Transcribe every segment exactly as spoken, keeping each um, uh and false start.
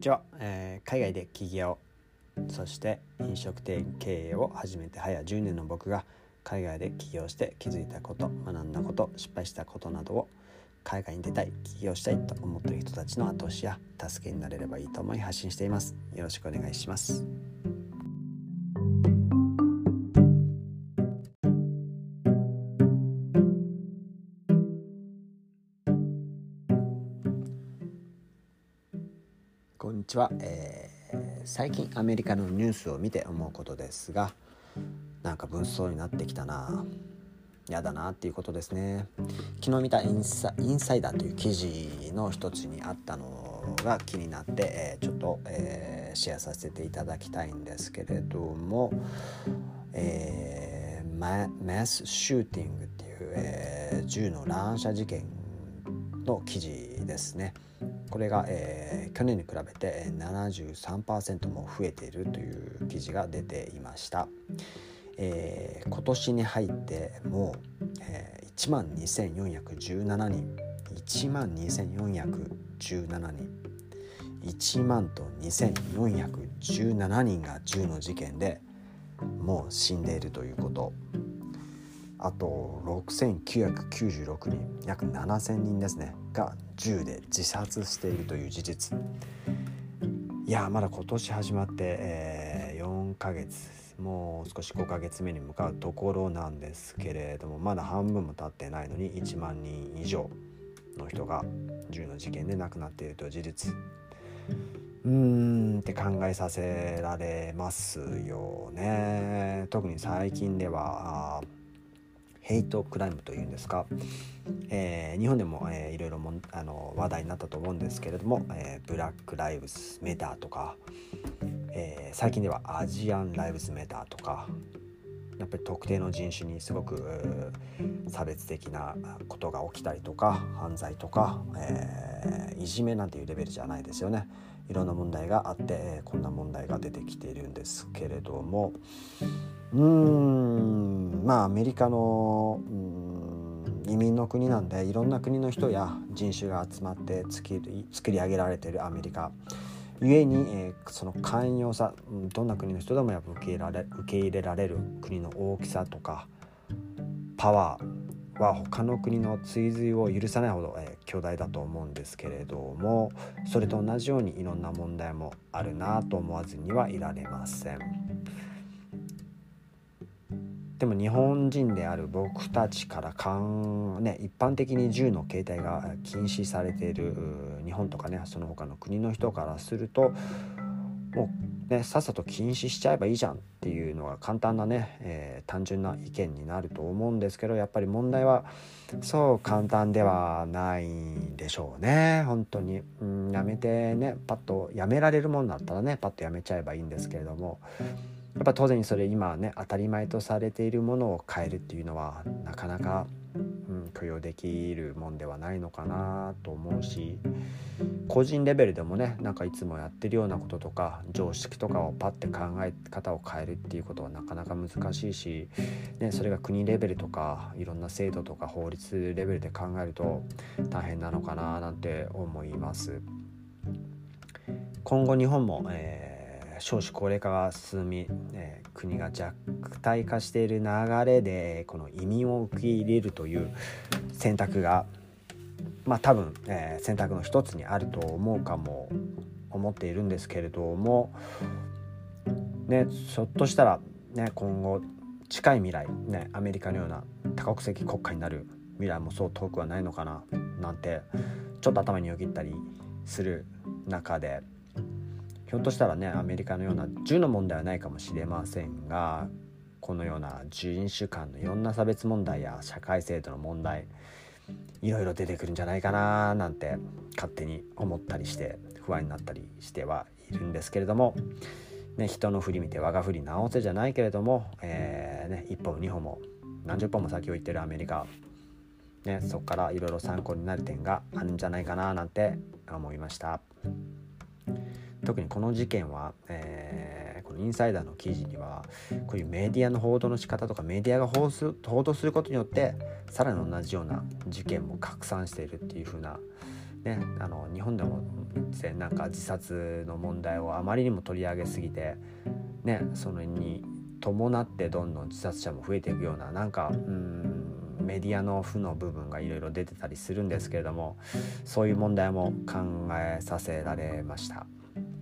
ちは、えー、海外で起業そして飲食店経営を始めて早じゅうねんの僕が海外で起業して気づいたこと、学んだこと、失敗したことなどを海外に出たい、起業したいと思っている人たちの後押しや助けになれればいいと思い発信しています。よろしくお願いします。こんにちは、えー、最近アメリカのニュースを見て思うことですが、なんか物騒になってきたな、やだなっていうことですね。昨日見たインサ、インサイダーという記事の一つにあったのが気になって、えー、ちょっと、えー、シェアさせていただきたいんですけれども、えー、マ, マスシューティングっていう、えー、銃の乱射事件の記事ですね。これが、えー、去年に比べて ななじゅうさんパーセント も増えているという記事が出ていました。えー、今年に入ってもう、えー、いちまんにせんよんひゃくじゅうななにんいちまんにせんよんひゃくじゅうななにんいちまんとにせんよんひゃくじゅうななにんが銃の事件でもう死んでいるということ、あとろくせんきゅうひゃくきゅうじゅうろくにん約ななせんにんですねが銃で自殺しているという事実。いやまだ今年始まって、えー、よんかげつ、もう少しごかげつめに向かうところなんですけれども、まだ半分も経ってないのにいちまんにん以上の人が銃の事件で亡くなっているという事実。うーんって考えさせられますよね。特に最近ではヘイトクライムというんですか、えー、日本でも、えー、いろいろもあの話題になったと思うんですけれども、えー、ブラックライブズメターとか、えー、最近ではアジアンライブズメターとか、やっぱり特定の人種にすごく差別的なことが起きたりとか、犯罪とか、えー、いじめなんていうレベルじゃないですよね。いろんな問題があって、こんな問題が出てきているんですけれども、うーんまあアメリカのうーん移民の国なんで、いろんな国の人や人種が集まって作り、作り上げられているアメリカゆえに、えー、その寛容さ、どんな国の人でもやっぱ受け入れられ、受け入れられる国の大きさとかパワーは他の国の追随を許さないほど、えー、巨大だと思うんですけれども、それと同じようにいろんな問題もあるなと思わずにはいられません。でも日本人である僕たちからかん、ね、一般的に銃の携帯が禁止されている日本とかね、その他の国の人からすると、もうね、さっさと禁止しちゃえばいいじゃんっていうのが簡単なね、えー、単純な意見になると思うんですけど、やっぱり問題はそう簡単ではないんでしょうね。本当に、うん、やめてね、パッとやめられるもんだったらね、パッとやめちゃえばいいんですけれども、やっぱ当然それ今ね当たり前とされているものを変えるっていうのはなかなか、うん、許容できるもんではないのかなと思うし、個人レベルでもね、なんかいつもやってるようなこととか常識とかをパッて考え方を変えるっていうことはなかなか難しいし、ね、それが国レベルとかいろんな制度とか法律レベルで考えると大変なのかななんて思います。今後日本も、えー少子高齢化が進み、えー、国が弱体化している流れでこの移民を受け入れるという選択がまあ多分、えー、選択の一つにあると思うかも思っているんですけれどもね、ひょっとしたらね、今後近い未来ね、アメリカのような多国籍国家になる未来もそう遠くはないのかななんてちょっと頭によぎったりする中で、ひょっとしたらね、アメリカのような銃の問題はないかもしれませんが、このような人種間のいろんな差別問題や社会制度の問題、いろいろ出てくるんじゃないかななんて勝手に思ったりして不安になったりしてはいるんですけれども、ね、人の振り見て我が振り直せじゃないけれども、えーね、一歩二歩も何十歩も先を行ってるアメリカ、ね、そこからいろいろ参考になる点があるんじゃないかななんて思いました。特にこの事件は、えー、このインサイダーの記事にはこういうメディアの報道の仕方とかメディアが報す報道することによってさらに同じような事件も拡散しているっていう風なね、あの日本でもなんか自殺の問題をあまりにも取り上げすぎて、ね、それに伴ってどんどん自殺者も増えていくような、なんかうーんメディアの負の部分がいろいろ出てたりするんですけれども、そういう問題も考えさせられました。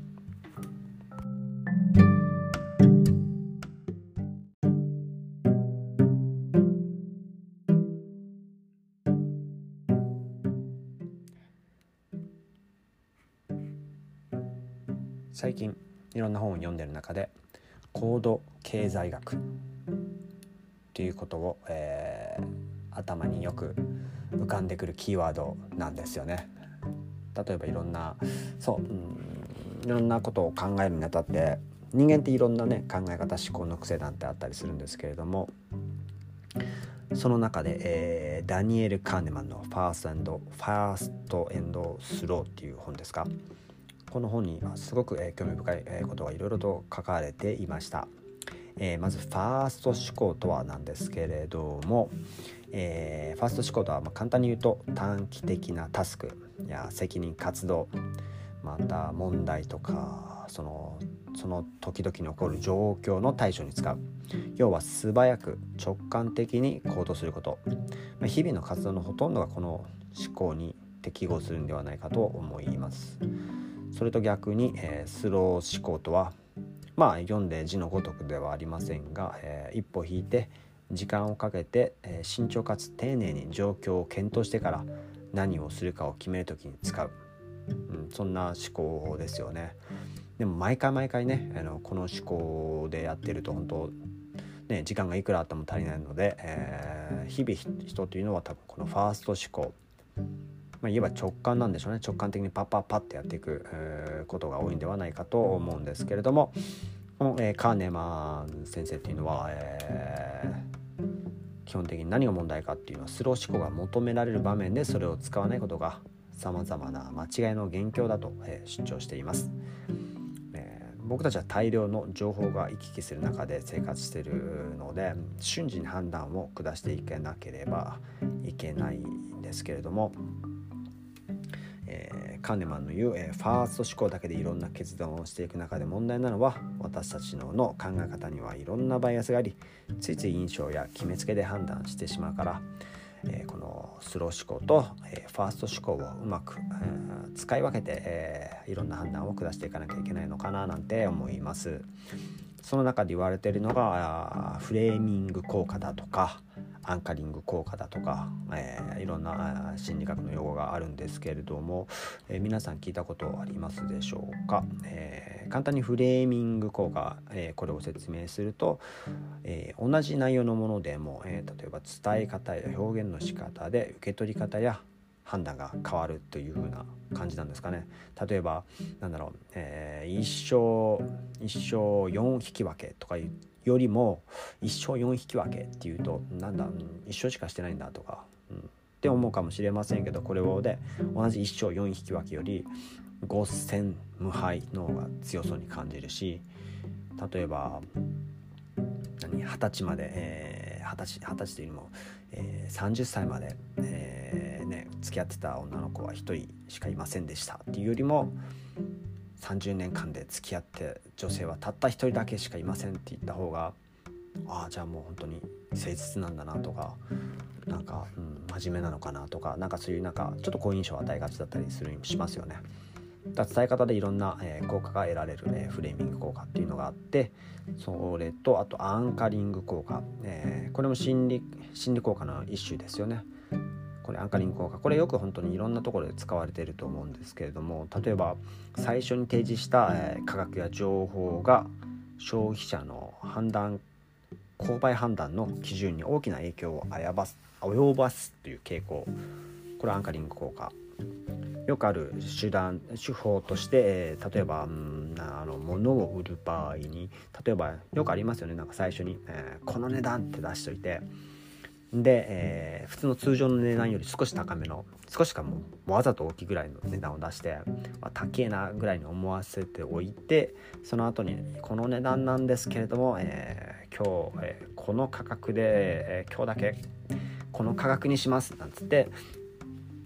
最近いろんな本を読んでる中で高度経済学ということを、えー、頭によく浮かんでくるキーワードなんですよね。例えばいろんなそう、うん、いろんなことを考えるにあたって人間っていろんなね考え方思考の癖なんてあったりするんですけれども、その中で、えー、ダニエル・カーネマンのファーストエンドファーストエンドスローっていう本ですか。この本にはすごく、えー、興味深い、えー、ことがいろいろと書かれていました。えー、まずファースト思考とはなんですけれども、えー、ファースト思考とはまあ簡単に言うと短期的なタスクや責任活動、また問題とかそのその時々に起こる状況の対処に使う、要は素早く直感的に行動すること、まあ、日々の活動のほとんどがこの思考に適合するんではないかと思います。それと逆に、えー、スロー思考とはまあ読んで字のごとくではありませんが、えー、一歩引いて時間をかけて、えー、慎重かつ丁寧に状況を検討してから何をするかを決めるときに使う、うん、そんな思考ですよね。でも毎回毎回ねあのこの思考でやってると本当ね時間がいくらあっても足りないので、えー、日々人というのは多分このファースト思考、まあ、言えば直感なんでしょうね。直感的にパッパッパッってやっていく、えー、ことが多いんではないかと思うんですけれども、この、えー、カーネマン先生っていうのは、えー、基本的に何が問題かっていうのはスロー思考が求められる場面でそれを使わないことがさまざまな間違いの元凶だと、えー、主張しています。えー、僕たちは大量の情報が行き来する中で生活しているので瞬時に判断を下していけなければいけないんですけれども、えー、カーネマンの言う、えー、ファースト思考だけでいろんな決断をしていく中で問題なのは私たちのの考え方にはいろんなバイアスがありついつい印象や決めつけで判断してしまうから、えー、このスロー思考と、えー、ファースト思考をうまく、えー、使い分けて、えー、いろんな判断を下していかなきゃいけないのかななんて思います。その中で言われているのがフレーミング効果だとかアンカリング効果だとか、えー、いろんな心理学の用語があるんですけれども、えー、皆さん聞いたことありますでしょうか。えー、簡単にフレーミング効果、えー、これを説明すると、えー、同じ内容のものでも、えー、例えば伝え方や表現の仕方で受け取り方や判断が変わるという風な感じなんですかね。例えばなんだろう、えー、一勝一勝四引き分けとかいうよりも一勝四引き分けっていうとなんだ、うん、一勝しかしてないんだとか、うん、って思うかもしれませんけど、これをで同じ一勝四引き分けよりご戦無敗の方が強そうに感じるし、例えば何二十歳まで、えー、二十歳二十歳というよりも、えー、さんじゅっさいまで、えーね、付き合ってた女の子は一人しかいませんでしたっていうよりもさんじゅうねんかんで付き合って女性はたった一人だけしかいませんって言った方が、ああじゃあもう本当に誠実なんだなとか、なんか、うん、真面目なのかなとか、なんかそういうなんかちょっと好印象を与えがちだったりするしますよね。だ伝え方でいろんな、えー、効果が得られる、えー、フレーミング効果っていうのがあって、それとあとアンカリング効果、えー、これも心理心理効果の一種ですよね。これアンカリング効果、これよく本当にいろんなところで使われていると思うんですけれども、例えば最初に提示した、えー、価格や情報が消費者の判断購買判断の基準に大きな影響を及ばす及ばすという傾向、これはアンカリング効果。よくある手段手法として、えー、例えば、うん、あの物を売る場合に例えばよくありますよね。なんか最初に、えー、この値段って出しといてで、えー、普通の通常の値段より少し高めの少しかもわざと大きいぐらいの値段を出して、まあ、高えなぐらいに思わせておいて、その後にこの値段なんですけれども、えー、今日、えー、この価格で、えー、今日だけこの価格にしますなんつって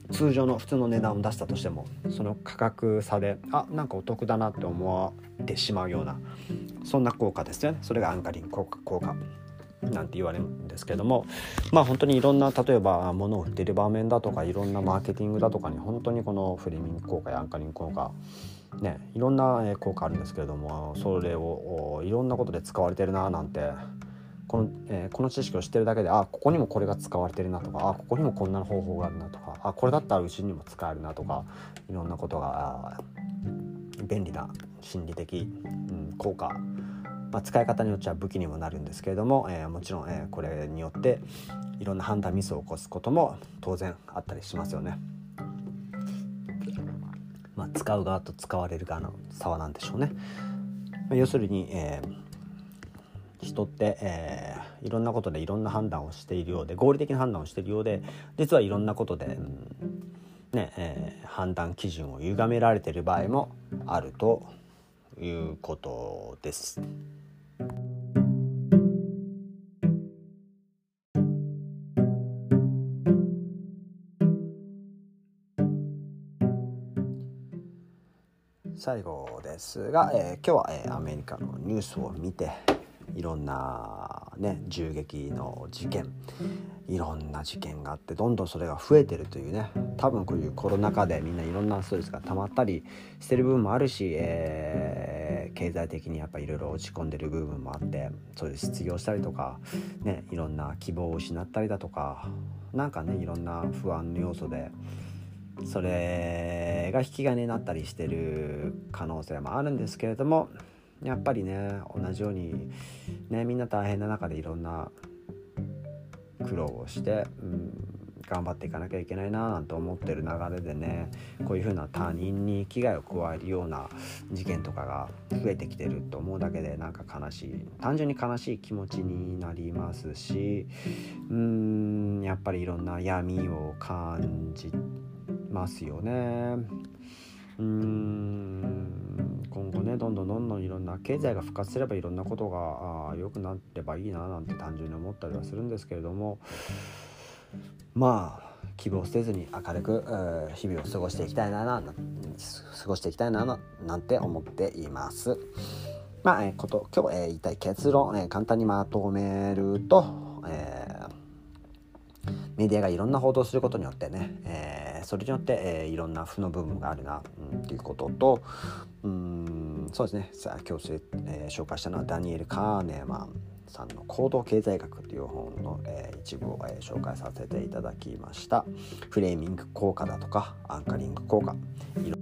通常の普通の値段を出したとしてもその価格差であなんかお得だなって思われてしまうようなそんな効果ですよね。それがアンカリング効果効果なんて言われるんですけれども、まあ本当にいろんな例えば物を売っている場面だとかいろんなマーケティングだとかに本当にこのフレーミング効果やアンカリング効果ねいろんな効果あるんですけれども、それをいろんなことで使われてるななんてこの、えー、この知識を知ってるだけであここにもこれが使われてるなとかあここにもこんな方法があるなとかあこれだったらうちにも使えるなとかいろんなことが便利な心理的、うん、効果、まあ、使い方によっては武器にもなるんですけれども、えー、もちろん、えー、これによっていろんな判断ミスを起こすことも当然あったりしますよね。まあ、使う側と使われる側の差はなんでしょうね。まあ、要するに、えー人って、えー、いろんなことでいろんな判断をしているようで合理的な判断をしているようで実はいろんなことで、うんねえー、判断基準を歪められている場合もあるということです。最後ですが、えー、今日は、えー、アメリカのニュースを見ていろんな、ね、銃撃の事件いろんな事件があってどんどんそれが増えてるというね、多分こういうコロナ禍でみんないろんなストレスが溜まったりしてる部分もあるし、えー、経済的にやっぱいろいろ落ち込んでる部分もあってそれで失業したりとか、ね、いろんな希望を失ったりだとかなんかねいろんな不安の要素でそれが引き金になったりしてる可能性もあるんですけれども、やっぱりね同じようにねみんな大変な中でいろんな苦労をして、うん、頑張っていかなきゃいけないななんて思ってる流れでねこういう風な他人に危害を加えるような事件とかが増えてきてると思うだけでなんか悲しい単純に悲しい気持ちになりますし、うーんやっぱりいろんな闇を感じますよね。うーん今後ねどんどんどんどんいろんな経済が復活すればいろんなことが良くなればいいななんて単純に思ったりはするんですけれども、まあ希望せずに明るく日々を過ごしていきたいなな過ごしていきたいななんて思っています。まあ、えー、こと今日、えー、言いたい結論、えー、簡単にまとめると、えー、メディアがいろんな報道することによってね、えー、それによって、えー、いろんな負の部分があるな、うん、っていうことと、うーんそうですねさあ今日、えー、紹介したのはダニエル・カーネマンさんの行動経済学という本の、えー、一部を、えー、紹介させていただきました。フレーミング効果だとかアンカリング効果いろ